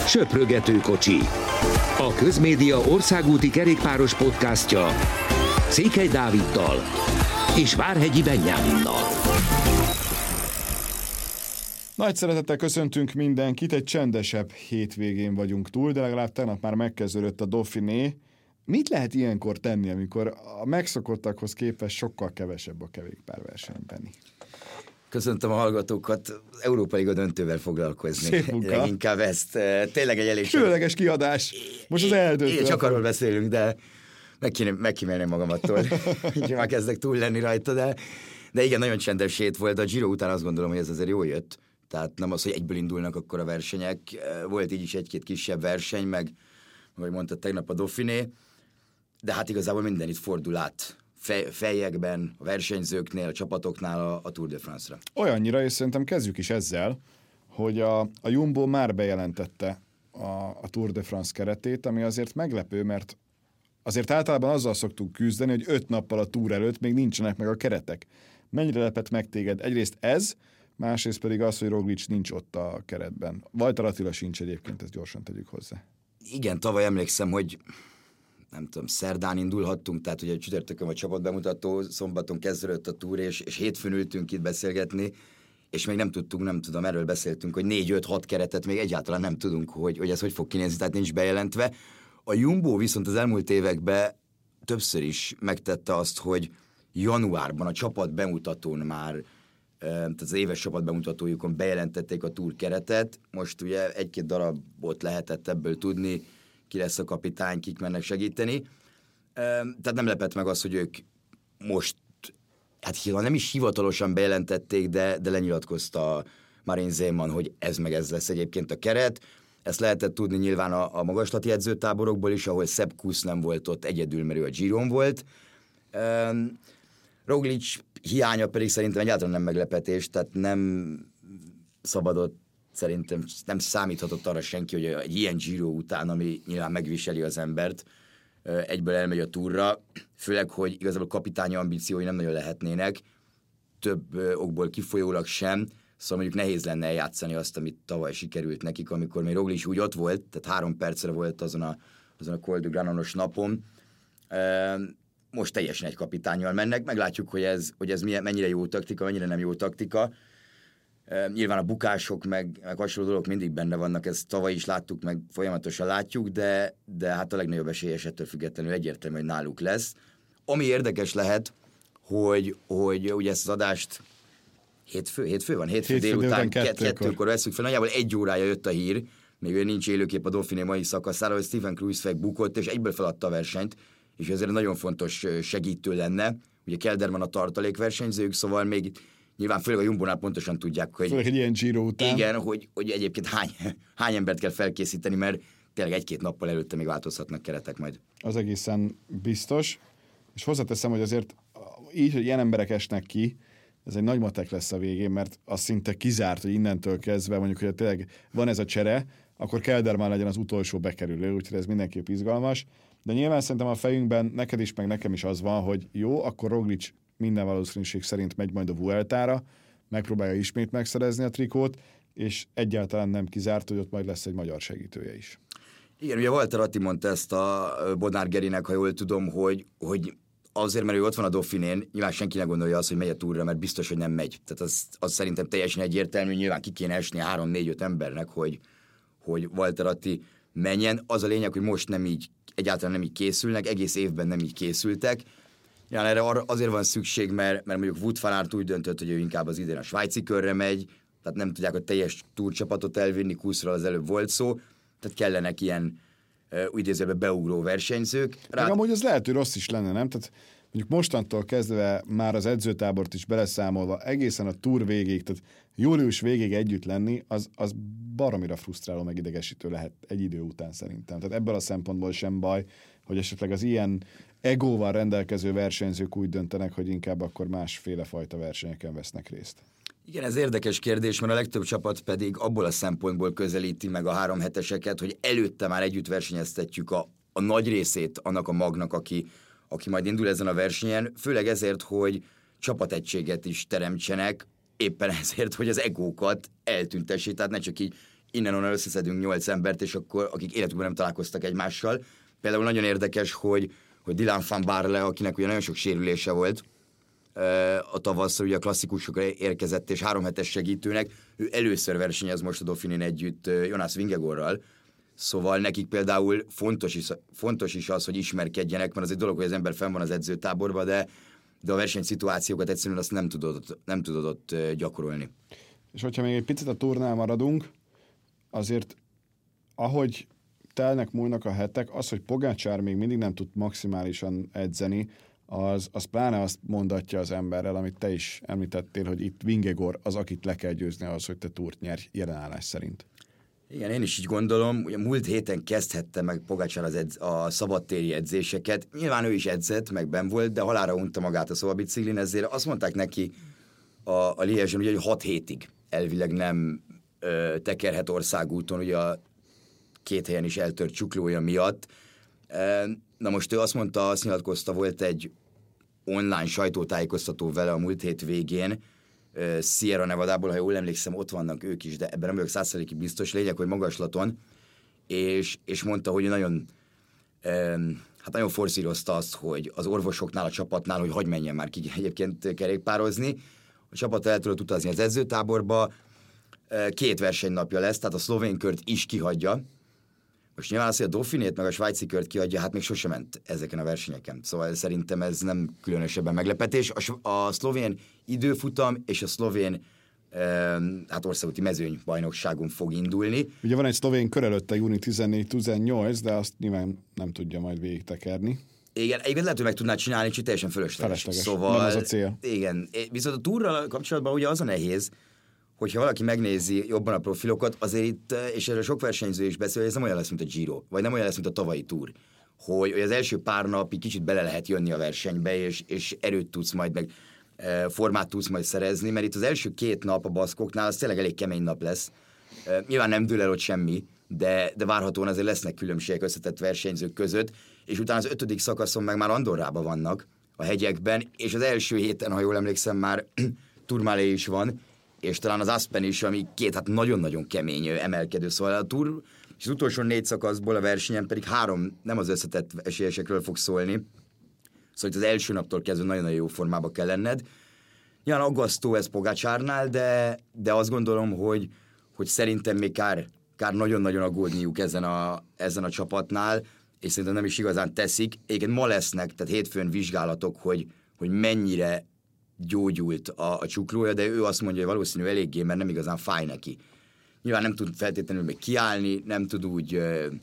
Söprögető kocsi. A Közmédia országúti kerékpáros podcastja Székely Dáviddal és Várhegyi Benyáminnal. Nagy szeretettel köszöntünk mindenkit, egy csendesebb hétvégén vagyunk túl, de legalább tegnap már megkezdődött a Dauphiné. Mit lehet ilyenkor tenni, amikor a megszokottakhoz képest sokkal kevesebb a kerékpárversenyben? Köszöntöm a hallgatókat, Európai Liga döntővel foglalkozni. Leginkább ezt. Tényleg egy elég... Különleges kiadás. Most az eldöntő. Igen, csak arról beszélünk, de megkímélném magam attól. Így már kezdek túl lenni rajta, de igen, nagyon csendes hét volt. A Giro után azt gondolom, hogy ez azért jól jött. Tehát nem az, hogy egyből indulnak akkor a versenyek. Volt így is egy-két kisebb verseny, meg ahogy mondtad, tegnap a Dauphiné. De hát igazából minden itt fordul át. Fejekben, a versenyzőknél, a csapatoknál a Tour de France-ra. Olyannyira, és szerintem kezdjük is ezzel, hogy a Jumbo már bejelentette a Tour de France keretét, ami azért meglepő, mert azért általában azzal szoktunk küzdeni, hogy 5 nappal a Tour előtt még nincsenek meg a keretek. Mennyire lepett meg téged? Egyrészt ez, másrészt pedig az, hogy Roglic nincs ott a keretben. Walter Attila sincs egyébként, ezt gyorsan tegyük hozzá. Igen, tavaly emlékszem, hogy nem tudom, szerdán indulhattunk, tehát ugye csütörtökön a csapatbemutató, szombaton kezdődött a túr, és hétfőn ültünk itt beszélgetni, és még nem tudtunk, nem tudom, erről beszéltünk, hogy 4-5-6 keretet még egyáltalán nem tudunk, hogy ez hogy fog kinézni, tehát nincs bejelentve. A Jumbo viszont az elmúlt években többször is megtette azt, hogy januárban a csapatbemutatón már, tehát az éves csapatbemutatójukon bejelentették a túr keretet, most ugye 1-2 darabot lehetett ebből tudni, ki lesz a kapitány, kik mennek segíteni. Tehát nem lepett meg az, hogy ők most, hát nem is hivatalosan bejelentették, de lenyilatkozta Marin Zeeman, hogy ez lesz egyébként a keret. Ezt lehetett tudni nyilván a magaslati edzőtáborokból is, ahol Sepp Kuss nem volt ott egyedül, mert ő a Giron volt. Roglic hiánya pedig szerintem egyáltalán nem meglepetés, tehát nem szabadott, szerintem nem számíthatott arra senki, hogy egy ilyen Giro után, ami nyilván megviseli az embert, egyből elmegy a túrra, főleg, hogy igazából kapitányi ambíciói nem nagyon lehetnének, több okból kifolyólag sem, szóval mondjuk nehéz lenne eljátszani azt, amit tavaly sikerült nekik, amikor még Roglic úgy ott volt, tehát 3 percre volt azon a Col du Granon-os napon. Most teljesen egy kapitánnyal mennek, meglátjuk, hogy ez mennyire jó taktika, mennyire nem jó taktika. Nyilván a bukások, meg hasonló dolgok mindig benne vannak, ezt tavaly is láttuk, meg folyamatosan látjuk, de hát a legnagyobb esélyes ettől függetlenül egyértelmű, hogy náluk lesz. Ami érdekes lehet, hogy ugye ezt az adást hétfő van? Hétfő délután 2-kor veszünk fel, nagyjából 1 órája jött a hír, még nincs élőkép a Dauphiné mai szakaszára, hogy Stefan Kruijswijk bukott, és egyből feladta a versenyt, és ezért nagyon fontos segítő lenne. Ugye Kelderman a tartalékversenyzők, szóval még nyilván főleg a Jumbónál pontosan tudják, hogy... Főleg egy ilyen Giro után. Igen, hogy egyébként hány embert kell felkészíteni, mert tényleg 1-2 nappal előtte még változhatnak keretek majd. Az egészen biztos. És hozzáteszem, hogy azért így, hogy ilyen emberek esnek ki, ez egy nagy matek lesz a végén, mert az szinte kizárt, hogy innentől kezdve, mondjuk, hogy tényleg van ez a csere, akkor Kelderman legyen az utolsó bekerülő, úgyhogy ez mindenképp izgalmas. De nyilván szerintem a fejünkben neked is, meg nekem is az van, hogy jó, akkor Roglic minden valószínűség szerint megy majd a Vueltára, megpróbálja ismét megszerezni a trikót, és egyáltalán nem kizárt, hogy ott majd lesz egy magyar segítője is. Igen, ugye Walter Atti mondta ezt a Bodnár Gerinek, ha jól tudom, hogy azért, mert ő ott van a Dauphinén, nyilván senki ne gondolja azt, hogy megy a túrra, mert biztos, hogy nem megy. Tehát az szerintem teljesen egyértelmű, nyilván ki kéne esni 3-4-5 embernek, hogy Walter Atti menjen. Az a lényeg, hogy most egyáltalán nem így készülnek, egész évben nem így készültek. Ja, erre azért van szükség, mert mondjuk Wout van Aert úgy döntött, hogy ő inkább az idén a svájci körre megy, tehát nem tudják a teljes túrcsapatot elvinni, Kuszról az előbb volt szó, tehát kellenek ilyen idézőben beugró versenyzők. Meg amúgy az lehet, hogy rossz is lenne, nem? Tehát mondjuk mostantól kezdve már az edzőtábort is beleszámolva egészen a túr végéig, tehát július végéig együtt lenni, az baromira frusztráló, meg idegesítő lehet egy idő után szerintem. Tehát ebből a szempontból sem baj, hogy esetleg az ilyen egóval rendelkező versenyzők úgy döntenek, hogy inkább akkor másféle fajta versenyeken vesznek részt. Igen, ez érdekes kérdés, mert a legtöbb csapat pedig abból a szempontból közelíti meg a 3 heteseket, hogy előtte már együtt versenyeztetjük a nagy részét annak a magnak, aki majd indul ezen a versenyen, főleg ezért, hogy csapategységet is teremtsenek, éppen ezért, hogy az egókat eltüntessék, tehát ne csak így innen-onnan összeszedünk 8 embert, és akkor akik életükben nem találkoztak egymással. Például nagyon érdekes, hogy Dylan van Baarle, akinek ugye nagyon sok sérülése volt, a tavasszal ugye a klasszikusokra érkezett, és 3 hetes segítőnek, ő először versenyez most a Dauphinén együtt Jonas Vingegaardral, szóval nekik például fontos is az, hogy ismerkedjenek, mert az egy dolog, hogy az ember fenn van az edzőtáborban, de a versenyszituációkat egyszerűen azt nem tudod ott gyakorolni. És hogyha még egy picit a turnál maradunk, azért ahogy múlnak a hetek, az, hogy Pogačar még mindig nem tud maximálisan edzeni, az pláne azt mondatja az emberrel, amit te is említettél, hogy itt Vingegaard az, akit le kell győzni ahhoz, hogy te túrt nyer jelenállás szerint. Igen, én is így gondolom, ugye múlt héten kezdhette meg Pogačar a szabadtéri edzéseket. Nyilván ő is edzett, meg benn volt, de halálra unta magát a szobabiciklin, ezért azt mondták neki a Liège-en, ugye, hogy 6 hétig elvileg nem tekerhet országúton, ugye a 2 helyen is eltört csuklója miatt. Na most ő azt nyilatkozta, volt egy online sajtótájékoztató vele a múlt hét végén, Sierra Nevadából, ha jól emlékszem, ott vannak ők is, de ebben nem vagyok 100%-ig biztos, lényeg, hogy magaslaton, és mondta, hogy nagyon forszírozta azt, hogy az orvosoknál, a csapatnál, hogy hagyj menjen már ki egyébként kerékpározni. A csapat el tudott utazni az edzőtáborba, 2 versenynapja lesz, tehát a szlovén kört is kihagyja. Most nyilván az, hogy a Dauphinét meg a svájci kört kiadja, hát még sosem ment ezeken a versenyeken. Szóval szerintem ez nem különösebben meglepetés. A szlovén időfutam és a szlovén országúti mezőnybajnokságon fog indulni. Ugye van egy szlovén kör előtte, júni 14-18, de azt nyilván nem tudja majd végigtekerni. Igen, egyébként lehet, hogy meg tudná csinálni, csak teljesen fölösleges. Szóval, nem az a cél. Igen, viszont a túrral kapcsolatban ugye az a nehéz, hogyha valaki megnézi jobban a profilokat, azért itt, és erről sok versenyző is beszél, hogy ez nem olyan lesz, mint a Giro, vagy nem olyan lesz, mint a tavalyi túr, hogy az első pár nap kicsit bele lehet jönni a versenybe, és erőt tudsz majd, meg formát tudsz majd szerezni, mert itt az első 2 nap a baszkoknál az tényleg elég kemény nap lesz. Nyilván nem dől el ott semmi, de várhatóan azért lesznek különbségek összetett versenyzők között, és utána az 5. szakaszon meg már Andorrában vannak, a hegyekben, és az első héten, ha jól emlékszem, már Tourmalet is van, és talán az Aspen is, ami 2 nagyon-nagyon kemény emelkedő, szóval a Tour, és az utolsó 4 szakaszból a versenyen pedig 3 nem az összetett esélyesekről fog szólni, szóval az első naptól kezdve nagyon-nagyon jó formába kell lenned. Nyilván aggasztó ez Pogačarnál, de azt gondolom, hogy szerintem még kár nagyon-nagyon aggódniuk ezen a csapatnál, és szerintem nem is igazán teszik. Egyébként ma lesznek, tehát hétfőn vizsgálatok, hogy mennyire gyógyult a csuklója, de ő azt mondja, hogy valószínű eléggé, mert nem igazán fáj neki. Nyilván nem tud feltétlenül még kiállni, nem tud úgy,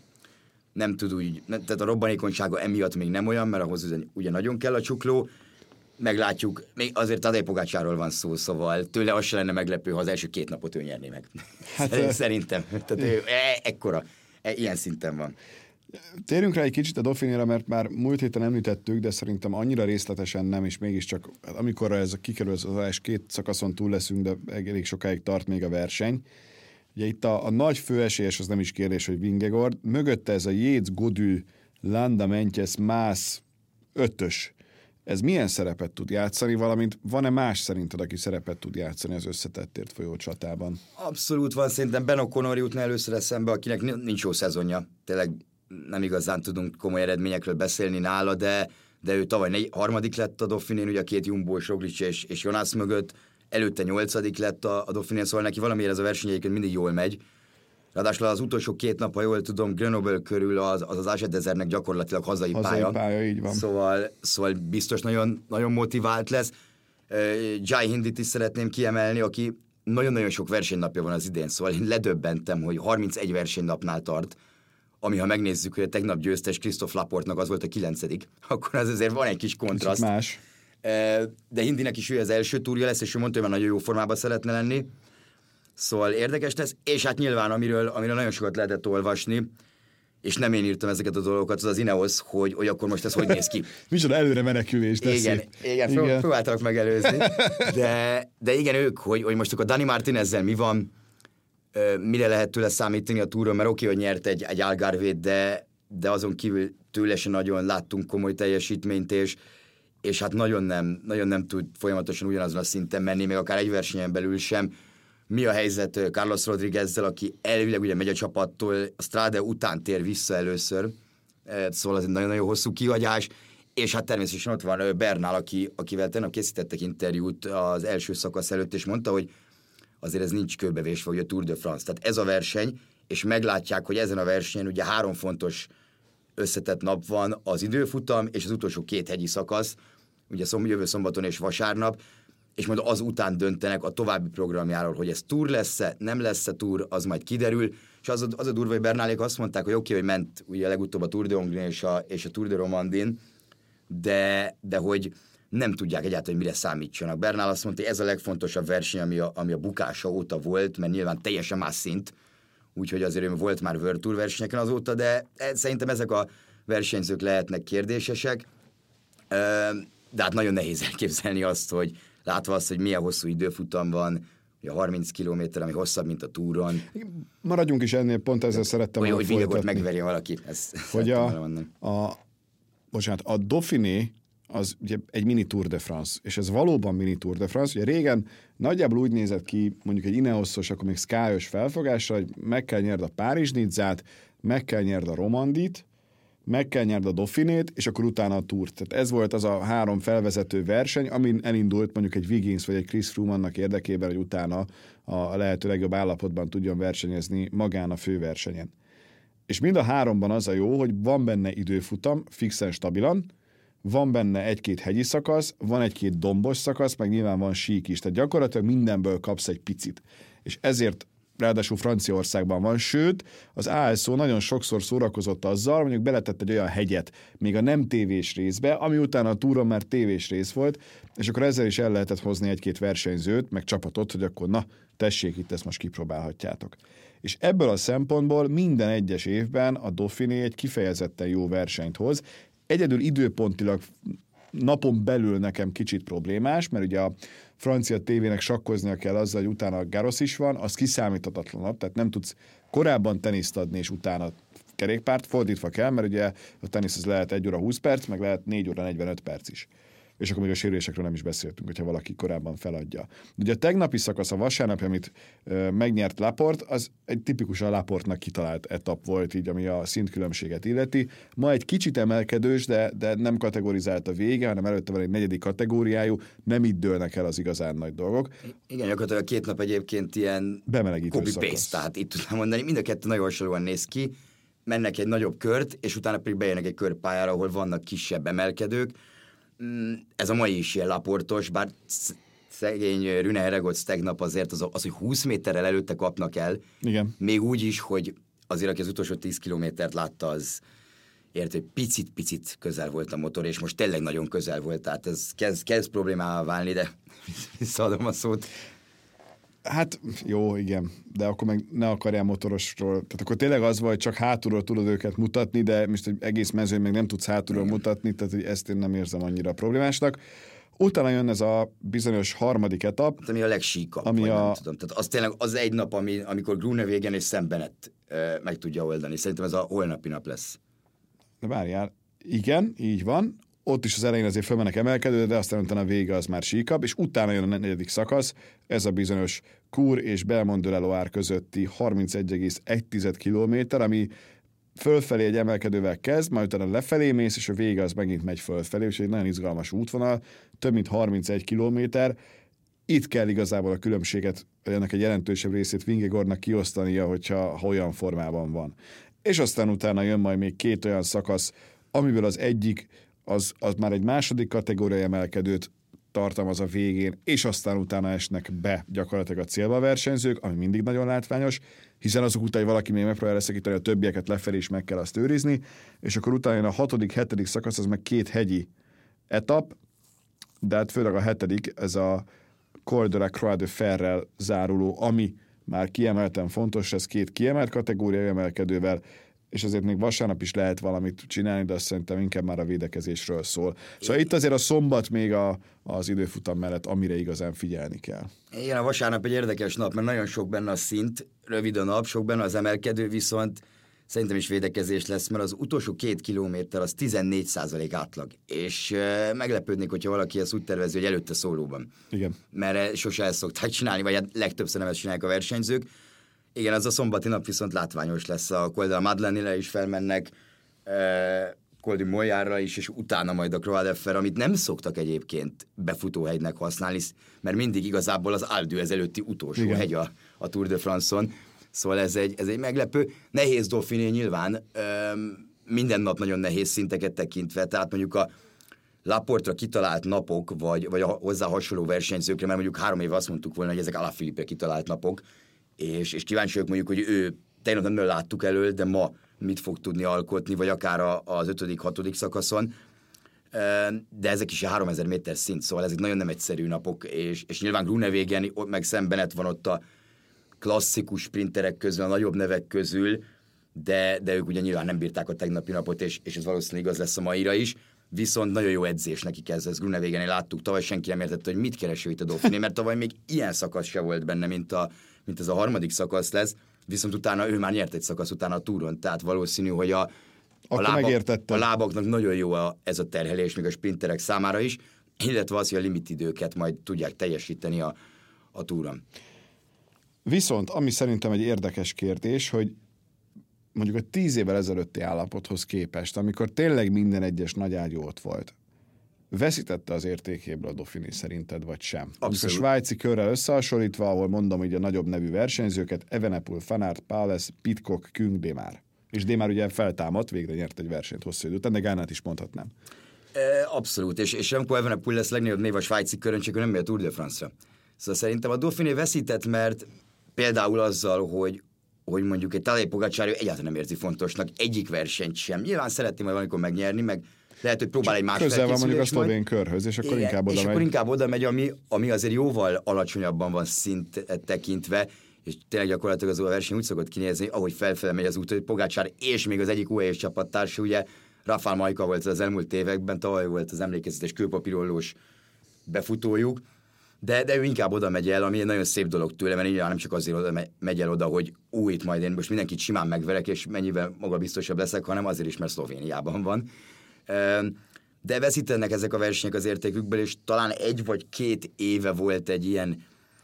tehát a robbanékonysága emiatt még nem olyan, mert ahhoz ugye nagyon kell a csukló. Meglátjuk, még azért Tadej Pogačarról van szó, szóval tőle az se lenne meglepő, ha az első 2 napot ő nyerné meg. Hát, szerintem. Tehát ő ekkora, ilyen szinten van. Térjünk rá egy kicsit a Dauphinéra, mert már múlt héten említettük, de szerintem annyira részletesen nem, és mégiscsak amikor ez kikerül az első 2 szakaszon túl leszünk, de elég sokáig tart még a verseny. Ugye itt a nagy főesélyes, az nem is kérdés, hogy Vingegaard, mögötte ez a Yates, Gaudu, Landa, Meintjes, Maass 5-ös. Ez milyen szerepet tud játszani, valamint van-e más szerinted, aki szerepet tud játszani az összetettért folyó csatában? Abszolút van, szerintem Ben O'Connor jutna először eszembe, akinek nincs jó szezonja. Tényleg nem igazán tudunk komoly eredményekről beszélni nála, de ő tavaly 3. lett a Dauphinén, ugye a 2 Jumbo, Roglic és Jonas mögött, előtte 8. lett a Dauphinén, szóval neki valamiért ez a verseny egyébként mindig jól megy. Ráadásul az utolsó 2 nap, ha jól tudom, Grenoble körül az Age-Dezernek gyakorlatilag hazai pálya. Így van. Szóval biztos nagyon, nagyon motivált lesz. Jai Hindit is szeretném kiemelni, aki nagyon-nagyon sok versenynapja van az idén, szóval én ledöbbentem, hogy 31 versenynapnál tart, ami ha megnézzük, hogy a tegnap győztes Christophe Laportnak az volt a 9., akkor az azért van egy kis kontraszt. Más. De Hindinek is ő az első túrja lesz, és ő mondta, hogy már nagyon jó formában szeretne lenni. Szóval érdekes lesz, és hát nyilván, amiről nagyon sokat lehetett olvasni, és nem én írtam ezeket a dolgokat, az Ineos, hogy akkor most ez hogy néz ki. Micsoda előre menekülés teszi. Igen. Próbáltalak megelőzni. De igen, ők, hogy most akkor Dani Martinezzel mi van, mire lehet tőle számítani a túron, mert oké, hogy nyert egy Algarvét, de azon kívül tőle se nagyon láttunk komoly teljesítményt, és hát nagyon nem tud folyamatosan ugyanazon a szinten menni, még akár egy versenyen belül sem. mi a helyzet Carlos Rodriguezzel, aki elvileg ugye megy a csapattól, a Strade után tér vissza először, szóval ez egy nagyon-nagyon hosszú kihagyás, és hát természetesen ott van Bernal, akivel tegnap készítettek interjút az első szakasz előtt, és mondta, hogy azért ez nincs kőbevésve, hogy a Tour de France. Tehát ez a verseny, és meglátják, hogy ezen a versenyen ugye 3 fontos összetett nap van, az időfutam és az utolsó 2 hegyi szakasz, ugye jövő szombaton és vasárnap, és majd azután döntenek a további programjáról, hogy ez Tour lesz-e, nem lesz-e Tour, az majd kiderül, és az a durva, hogy Bernalék azt mondták, hogy oké, hogy ment ugye legutóbb a Tour de Hongrie és a Tour de Romandie, de hogy nem tudják egyáltalán, hogy mire számítsanak. Bernal azt mondta, hogy ez a legfontosabb verseny, ami a bukása óta volt, mert nyilván teljesen más szint, úgyhogy azért volt már World Tour versenyeken azóta, de szerintem ezek a versenyzők lehetnek kérdésesek, de hát nagyon nehéz elképzelni azt, hogy látva azt, hogy milyen hosszú időfutam van, ugye 30 kilométer, ami hosszabb, mint a túron. Maradjunk is ennél, pont ezzel szerettem volna folytatni. Hogy Vingegaard megverje valaki. Hogy a Dauphiné az ugye egy mini Tour de France, és ez valóban mini Tour de France. Ugye régen nagyjából úgy nézett ki, mondjuk egy Ineosos, akkor még Sky-os felfogásra, hogy meg kell nyerd a Párizs-Nizzát, meg kell nyerd a Romandit, meg kell nyerd a Dauphinét, és akkor utána a Tourt. Tehát ez volt az a 3 felvezető verseny, amin elindult mondjuk egy Wiggins vagy egy Chris Froome annak érdekében, hogy utána a lehető legjobb állapotban tudjon versenyezni magán a főversenyen. És mind a 3-ban az a jó, hogy van benne időfutam, fixen, stabilan, van benne 1-2 hegyi szakasz, van 1-2 dombos szakasz, meg nyilván van sík is. Tehát gyakorlatilag mindenből kapsz egy picit. És ezért ráadásul Franciaországban van, sőt, az ASO nagyon sokszor szórakozott azzal, mondjuk beletett egy olyan hegyet, még a nem tévés részbe, ami utána a túron már tévés rész volt, és akkor ezzel is el lehetett hozni 1-2 versenyzőt, meg csapatot, hogy akkor na, tessék, itt ezt most kipróbálhatjátok. És ebből a szempontból minden egyes évben a Dauphiné egy kifejezetten jó versenyt hoz. Egyedül időpontilag napon belül nekem kicsit problémás, mert ugye a francia tévének sakkoznia kell azzal, hogy utána a Garros is van, az kiszámíthatatlanabb, tehát nem tudsz korábban teniszt adni, és utána kerékpárt, fordítva kell, mert ugye a tenisz az lehet 1 óra 20 perc, meg lehet 4 óra 45 perc is. És akkor még a sérülésekről nem is beszéltünk, hogyha valaki korábban feladja. Ugye a tegnapi szakasz, a vasárnap, amit megnyert Laporte, az egy tipikusan Laporte-nak kitalált etap volt, így ami a szintkülönbséget illeti. Ma egy kicsit emelkedős, de nem kategorizált a vége, hanem előtte van egy 4. kategóriájú, nem itt dőlnek el az igazán nagy dolgok. Igen, gyakorlatilag a 2 nap egyébként ilyen copy-paste, tehát itt tudnám mondani, mind a 2 nagyon hasonlóan néz ki, mennek egy nagyobb kört, és utána pedig bejönnek egy körpályára, ahol vannak kisebb emelkedők. Ez a mai is ilyen Laportos, bár szegény Rune Heregotz tegnap azért az, hogy 20 méterrel előtte kapnak el. Igen. Még úgy is, hogy azért, aki az utolsó 10 kilométert látta, az ért, hogy picit közel volt a motor, és most tényleg nagyon közel volt, tehát ez kezd problémává válni, de visszaadom a szót. Hát jó, igen, de akkor meg ne akarjál motorosról. Tehát akkor tényleg az vagy, csak hátulról tudod őket mutatni, de most egy egész mezőn meg nem tudsz hátulról mutatni, tehát hogy ezt én nem érzem annyira problémásnak. Utána jön ez a bizonyos 3. etap. Ami a legsíkabb, nem tudom. Tehát az tényleg az egy nap, amikor Groenewegen és Sam Bennett meg tudja oldani. Szerintem ez a holnapi nap lesz. De várjál, igen, így van. Ott is az elején azért fölmennek emelkedő, de aztán utána a vége az már síkabb, és utána jön a 4. szakasz, ez a bizonyos Cours és Belmont de la Loire közötti 31,1 kilométer, ami fölfelé egy emelkedővel kezd, majd utána lefelé mész, és a vége az megint megy fölfelé, úgyhogy egy nagyon izgalmas útvonal, több mint 31 kilométer. Itt kell igazából a különbséget, ennek egy jelentősebb részét Vingegaardnak kiosztania, hogyha olyan formában van. És aztán utána jön majd még 2 olyan szakasz, amiből az egyik az már egy 2. kategóriai emelkedőt tartalmaz a végén, és aztán utána esnek be gyakorlatilag a célba versenyzők, ami mindig nagyon látványos, hiszen azok után, hogy valaki még megpróbálja leszakítani, a többieket lefelé is meg kell azt őrizni, és akkor utána jön a 6., 7. szakasz, az meg 2 hegyi etap, de hát főleg a 7. ez a Col de la Croix de Ferrel záruló, ami már kiemelten fontos, ez 2 kiemelt kategóriai emelkedővel, és azért még vasárnap is lehet valamit csinálni, de azt szerintem inkább már a védekezésről szól. Szóval itt azért a szombat még az időfutam mellett, amire igazán figyelni kell. Igen, a vasárnap egy érdekes nap, mert nagyon sok benne a szint, rövid a nap, sok benne az emelkedő, viszont szerintem is védekezés lesz, mert az utolsó 2 kilométer az 14% átlag, és meglepődnék, hogyha valaki ezt úgy tervezi, hogy előtte szólóban. Igen. Mert sose ezt szokták csinálni, vagy hát legtöbbször nem ezt csinálják a versenyzők. Igen, az a szombati nap viszont látványos lesz, a Col de la Madeleine-re is felmennek, Col du Moyarra is, és utána majd a Croix de Fer, amit nem szoktak egyébként befutóhegynek használni, mert mindig igazából az Alpe d'Huez előtti utolsó igen. hegy a Tour de France-on. Szóval ez egy meglepő. Nehéz Dauphiné nyilván, minden nap nagyon nehéz szinteket tekintve, tehát mondjuk a Laportra kitalált napok, vagy a hozzá hasonló versenyzőkre, mert mondjuk 3 éve azt mondtuk volna, hogy ezek Alaphilippe kitalált napok, és kíváncsiak mondjuk, hogy ő tegnap nem láttuk elől, de ma mit fog tudni alkotni, vagy akár az 5.-6. szakaszon, de ezek is a 3000 méter szint, szóval ezek nagyon nem egyszerű napok, és nyilván Groenewegen meg szembenet van ott a klasszikus sprinterek közül, a nagyobb nevek közül, de ők ugye nyilván nem bírták a tegnapi napot, és ez valószínűleg igaz lesz a maira is, viszont nagyon jó edzés nekik ez Groenewegen, láttuk, tavaly senki nem értette, hogy mit kereső itt a Dauphiné, mert tavaly még ilyen szakasz se volt benne, mint ez a 3. szakasz lesz, viszont utána ő már nyert egy szakasz utána a túron, tehát valószínű, hogy a lábaknak nagyon jó ez a terhelés, még a sprinterek számára is, illetve az, hogy a limitidőket majd tudják teljesíteni a túron. Viszont, ami szerintem egy érdekes kérdés, hogy mondjuk a 10 évvel ezelőtti állapothoz képest, amikor tényleg minden egyes nagyágyú ott volt, veszítette az értékéből a Dauphiné szerinted, vagy sem? Abszolút. A svájci körrel összehasonlítva, ahol mondom így a nagyobb nevű versenyzőket, Evenepoel, Van Aert, Powles, Pidcock, Küng, Démár. És Démár ugye feltámadt, végre nyert egy versenyt hosszú idő után, de Gánát is mondhatnám. Abszolút, és amikor Evenepoel lesz legnagyobb név a svájci körön, csak ő nem megy a Tour de France-ra. Szóval szerintem a Dauphiné veszített, mert például azzal, hogy mondjuk egy Tadej Pogačar egyáltalán nem érzi fontosnak egyik versenyt sem. Nyilván szeretném majd valamikor megnyerni, meg lehet, hogy próbál egy más közel van mondjuk a szlovén körhöz, és akkor inkább oda megy. És akkor inkább oda megy, ami azért jóval alacsonyabban van szint tekintve, és tényleg gyakorlatilag az a verseny úgy szokott kinézni, ahogy felfele megy az út, hogy Pogačar és még az egyik UAE csapattársa, ugye Rafał Majka volt az elmúlt években, tavaly volt az emlékezetes kőpapírollós befutójuk, de ő inkább oda megy el, ami egy nagyon szép dolog tőle, mert nyilván nem csak azért oda megy el oda, hogy itt majd én most mindenkit simán megverek, és mennyivel magabiztosabb leszek, hanem azért is, mert Szlovéniában van. De veszítenek ezek a versenyek az értékükből, és talán 1 vagy 2 éve volt egy ilyen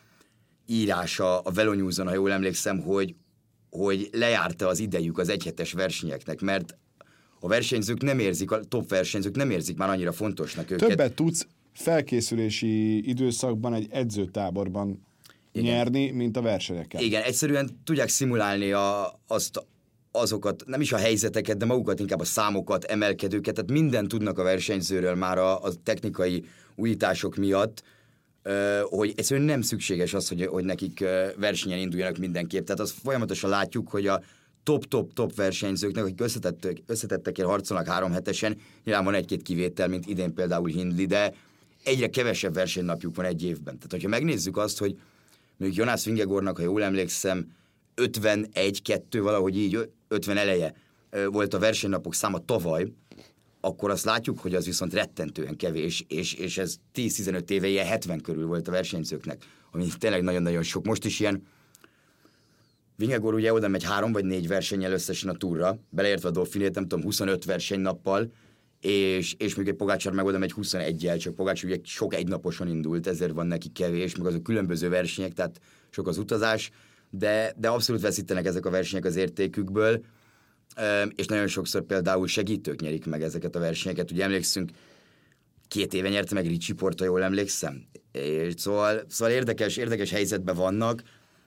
írása a Velo News-on, ha jól emlékszem, hogy lejárta az idejük az egyhetes versenyeknek, mert a versenyzők nem érzik, a top versenyzők nem érzik már annyira fontosnak őket. Többet tudsz felkészülési időszakban egy edzőtáborban nyerni, mint a versenyeken. Igen, egyszerűen tudják szimulálni azokat, nem is a helyzeteket, de magukat, inkább a számokat, emelkedőket, tehát mindent tudnak a versenyzőről már a technikai újítások miatt, hogy egyszerűen nem szükséges az, hogy nekik versenyen induljanak mindenképp. Tehát azt folyamatosan látjuk, hogy a top versenyzőknek, akik összetettekért harcolnak 3 hetesen, nyilván van 1-2 kivétel, mint idén például Hindley, de egyre kevesebb versenynapjuk van egy évben. Tehát, hogyha megnézzük azt, hogy mondjuk Jonas Vingegaardnak, ha jól emlékszem, 51-2, valahogy így 50 eleje volt a versenynapok száma tavaly, akkor azt látjuk, hogy az viszont rettentően kevés, és ez 10-15 éve ilyen 70 körül volt a versenyzőknek, ami tényleg nagyon-nagyon sok. Most is ilyen Vingegaard ugye oda megy 3 vagy 4 versennyel összesen a túrra, beleértve a Dauphinét, nem tudom, 25 versenynappal, és még egy Pogačar meg oda megy 21-jel, csak Pogačar ugye sok egynaposon indult, ezért van neki kevés, meg azok különböző versenyek, tehát sok az utazás, de abszolút veszítenek ezek a versenyek az értékükből, és nagyon sokszor például segítők nyerik meg ezeket a versenyeket. Ugye emlékszünk, 2 éve nyerte meg Richie Porte, jól emlékszem. És szóval érdekes helyzetben vannak,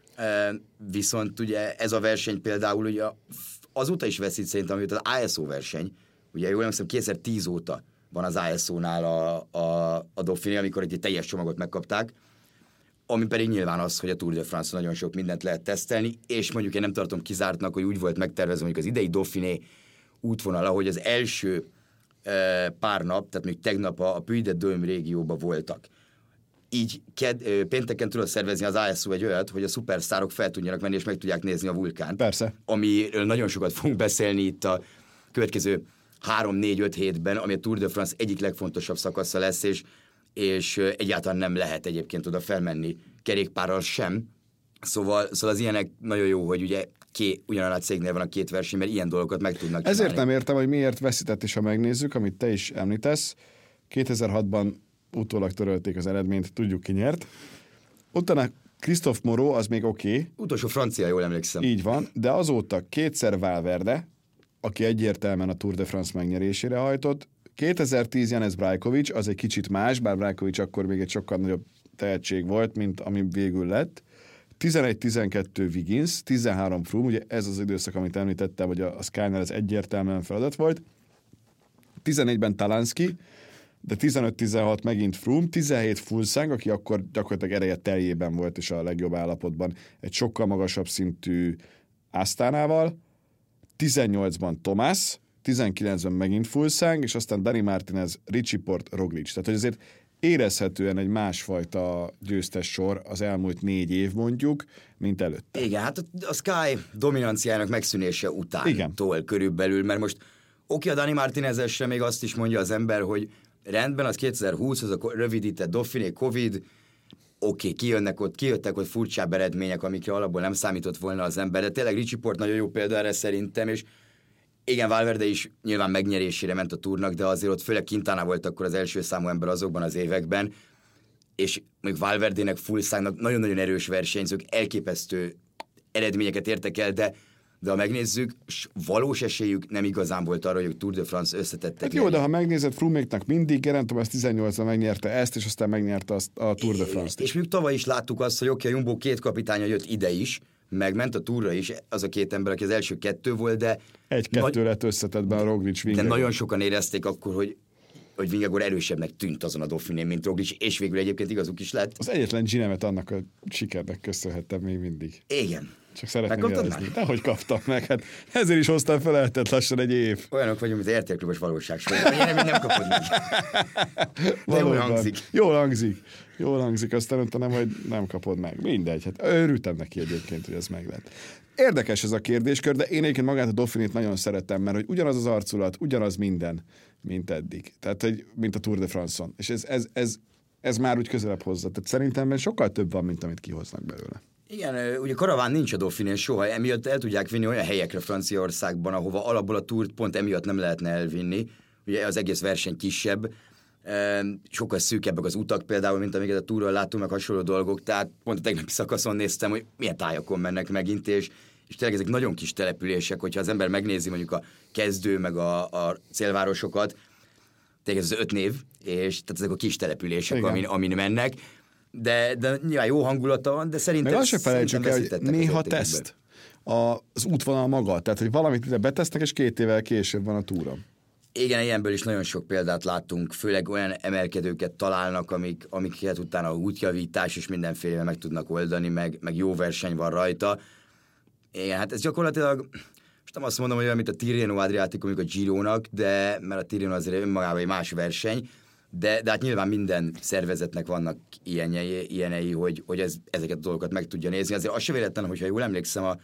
viszont ugye ez a verseny például ugye azóta is veszít szerintem, amit az ASO verseny, ugye jól emlékszem, 2010 óta van az ASO-nál a Dauphiné, amikor egy teljes csomagot megkapták, ami pedig nyilván az, hogy a Tour de France nagyon sok mindent lehet tesztelni, és mondjuk én nem tartom kizártnak, hogy úgy volt megtervezve mondjuk az idei Dauphiné útvonala, hogy az első pár nap, tehát még tegnap a Puy de Dôme régióban voltak. Így pénteken tudod szervezni az ASO egy olyat, hogy a szupersztárok fel tudjanak menni, és meg tudják nézni a vulkánt. Persze. Amiről nagyon sokat fogunk beszélni itt a következő 3-4-5 hétben, ami a Tour de France egyik legfontosabb szakasza lesz, és egyáltalán nem lehet egyébként oda felmenni kerékpárral sem, Szóval az ilyenek nagyon jó, hogy ugye ugyanannál a cégnél van a két verseny, mert ilyen dolgokat meg tudnak csinálni. Ezért nem értem, hogy miért veszített is, ha megnézzük, amit te is említesz. 2006-ban utólag törölték az eredményt, tudjuk ki nyert. Utána Christophe Moreau, az még oké. Utolsó francia, jól emlékszem. Így van, de azóta kétszer Valverde, aki egyértelműen a Tour de France megnyerésére hajtott. 2010 Janez Brajkovic, az egy kicsit más, bár Brajkovic akkor még egy sokkal nagyobb tehetség volt, mint ami végül lett. 11-12 Wiggins, 13 Froome, ugye ez az időszak, amit említettem, hogy a Skynál ez egyértelműen feladat volt. 14-ben Talanski, de 15-16 megint Froome, 17 Fuglsang, aki akkor gyakorlatilag ereje teljében volt és a legjobb állapotban egy sokkal magasabb szintű Astánával, 18-ban Thomas, 19-ben megint Fuglsang, és aztán Dani Martinez, Richie Porte, Roglic. Tehát, hogy azért érezhetően egy másfajta győztes sor az elmúlt 4 év mondjuk, mint előtte. Igen, hát a Sky dominanciának megszűnése utántól körülbelül, mert most a Dani Martinezesre még azt is mondja az ember, hogy rendben, az 2020, az a rövidített Dauphiné, Covid, kijöttek ott furcsább eredmények, amikre alapból nem számított volna az ember, de tényleg Richie Porte nagyon jó példa erre szerintem, és igen, Valverde is nyilván megnyerésére ment a túrnak, de azért ott főleg Quintana volt akkor az első számú ember azokban az években, és még Valverdének, Fuglsangnak nagyon-nagyon erős versenyzők, elképesztő eredményeket értek el, de ha megnézzük, valós esélyük nem igazán volt arra, hogy a Tour de France összetettek. Hát jó, de ha megnézed, Froome-éknak mindig, Geraint Thomas 18-ban megnyerte ezt, és aztán megnyerte a Tour de France-t. És még tavaly is láttuk azt, hogy a Jumbo 2 kapitánya jött ide is, megment a túra is, az a 2 ember, aki az első 2 volt, de... 1-2 lett összetettben a Roglic Vingegaard. De nagyon sokan érezték akkor, hogy Vingegaard erősebbnek tűnt azon a Dauphinén, mint Roglic, és végül egyébként igazuk is lett. Az egyetlen Ginemet annak a sikernek köszönhettem még mindig. Igen. Csak szeretném jelezni. Dehogy kaptam meg, hát ezért is hoztam fel eltett lassan egy év. Olyanok vagyunk, mint az RTL Klubos valóság. Ilyen nem kapod meg. De jól hangzik. Jól hangzik, aztán utána, hogy nem kapod meg. Mindegy, hát örültem neki egyébként, hogy ez meg lett. Érdekes ez a kérdéskör, de én egyébként magát a Dauphinét nagyon szeretem, mert hogy ugyanaz az arculat, ugyanaz minden, mint eddig. Tehát, hogy mint a Tour de France-on. És ez már úgy közelebb hozza. Tehát szerintem sokkal több van, mint amit kihoznak belőle. Igen, ugye karaván nincs a Dauphinén soha, emiatt el tudják vinni olyan helyekre Franciaországban, ahova alapból a túrt pont emiatt nem lehetne elvinni. Ugye az egész verseny kisebb, sokkal szűkebbek az utak például, mint amiket a túról láttunk, meg hasonló dolgok, tehát pont a tegnapi szakaszon néztem, hogy milyen tájakon mennek megint, és tényleg ezek nagyon kis települések, hogyha az ember megnézi mondjuk a kezdő, meg a célvárosokat, tényleg ez az 5 név, és tehát ezek a kis települések, amin mennek, de nyilván jó hangulata van, de szerintem... Meg azt se felejtsük el, hogy néha teszt az útvonal maga, tehát hogy valamit ide betesznek, és 2 évvel később van a túra. Igen, ilyenből is nagyon sok példát láttunk, főleg olyan emelkedőket találnak, amiket utána útjavítás és mindenféle meg tudnak oldani, meg jó verseny van rajta. Igen, hát ez gyakorlatilag, most nem azt mondom, hogy olyan, mint a Tirreno Adriatico, mondjuk a Girónak, de mert a Tirreno azért önmagában egy más verseny, de hát nyilván minden szervezetnek vannak ilyenei, hogy ezeket a dolgokat meg tudja nézni. Azért az se véletlen, hogyha jól emlékszem, a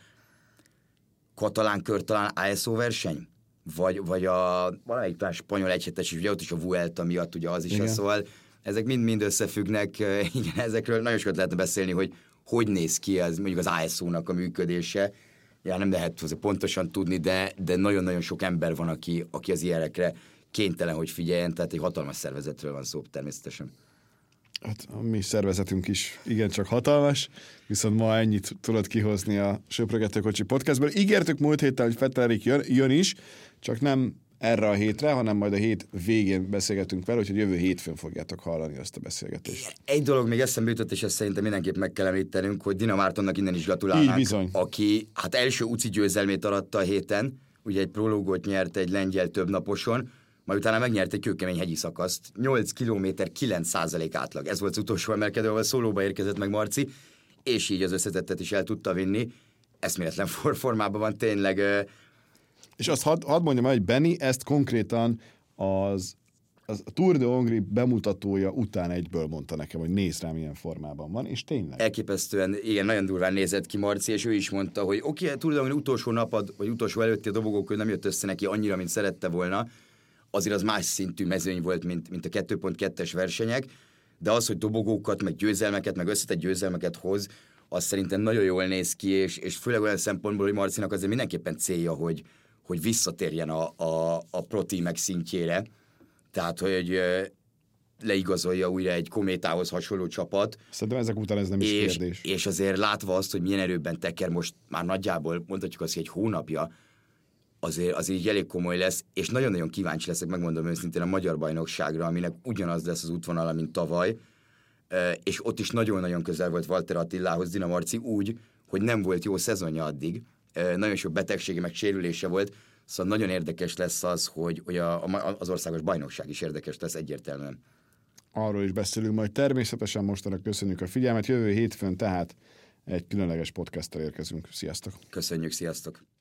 katalán kör talán ASO verseny, vagy a valamelyik talán spanyol egyhetes is, ugye ott is a Vuelta miatt, ugye az is az, szóval ezek mind összefüggnek, igen, ezekről nagyon sokat lehetne beszélni, hogy néz ki az, mondjuk az ASO-nak a működése. Ja, nem lehet pontosan tudni, de nagyon-nagyon sok ember van, aki az ilyenekre kénytelen, hogy figyeljen, tehát egy hatalmas szervezetről van szó természetesen. Hát a mi szervezetünk is igencsak hatalmas, viszont ma ennyit tudod kihozni a Söprögető Kocsi podcastből. Ígértük múlt héten, hogy Fetterik jön is, csak nem erre a hétre, hanem majd a hét végén beszélgetünk vele, úgyhogy jövő hétfőn fogjátok hallani azt a beszélgetést. Egy dolog még eszembe jutott, és ezt szerintem mindenképp meg kell említenünk, hogy Dina Mártonnak innen is gratulálnánk, aki hát első UCI győzelmét aratta a héten, ugye egy prológot nyert egy lengyel többnaposon, majd utána megnyert egy kőkemény hegyi szakaszt, 8 km 9% átlag. Ez volt az utolsó emelkedő, ahol szólóba érkezett meg Marci, és így az összetettet is el tudta vinni. Eszméletlen formában van tényleg. És azt hadd mondjam el, hogy Benny ezt konkrétan a Tour de Hongrie bemutatója után egyből mondta nekem, hogy nézd rá, milyen formában van, és tényleg. Elképesztően, igen, nagyon durván nézett ki Marci, és ő is mondta, hogy a Tour de Hongrie utolsó napad, vagy utolsó előtti a dobogók, nem jött össze neki annyira, mint szerette volna. Azért az más szintű mezőny volt, mint a 2.2-es versenyek, de az, hogy dobogókat, meg győzelmeket, meg összetett győzelmeket hoz, az szerintem nagyon jól néz ki, és főleg olyan szempontból, hogy Marcinak azért mindenképpen célja, hogy visszatérjen a pro teamek szintjére, tehát, hogy leigazolja újra egy Kométához hasonló csapat. Szerintem ezek után ez nem is kérdés. És azért látva azt, hogy milyen erőben teker most már nagyjából, mondhatjuk azt, hogy egy hónapja, azért így elég komoly lesz, és nagyon-nagyon kíváncsi leszek, megmondom őszintén, a magyar bajnokságra, aminek ugyanaz lesz az útvonala, mint tavaly, és ott is nagyon-nagyon közel volt Walter Attilához Dina Marci úgy, hogy nem volt jó szezonja addig, nagyon sok betegsége, meg sérülése volt, szóval nagyon érdekes lesz az, hogy az országos bajnokság is érdekes lesz egyértelműen. Arról is beszélünk majd természetesen, mostanak köszönjük a figyelmet, jövő hétfőn tehát egy különleges podcasttal érkezünk. Sziasztok! Köszönjük, sziasztok!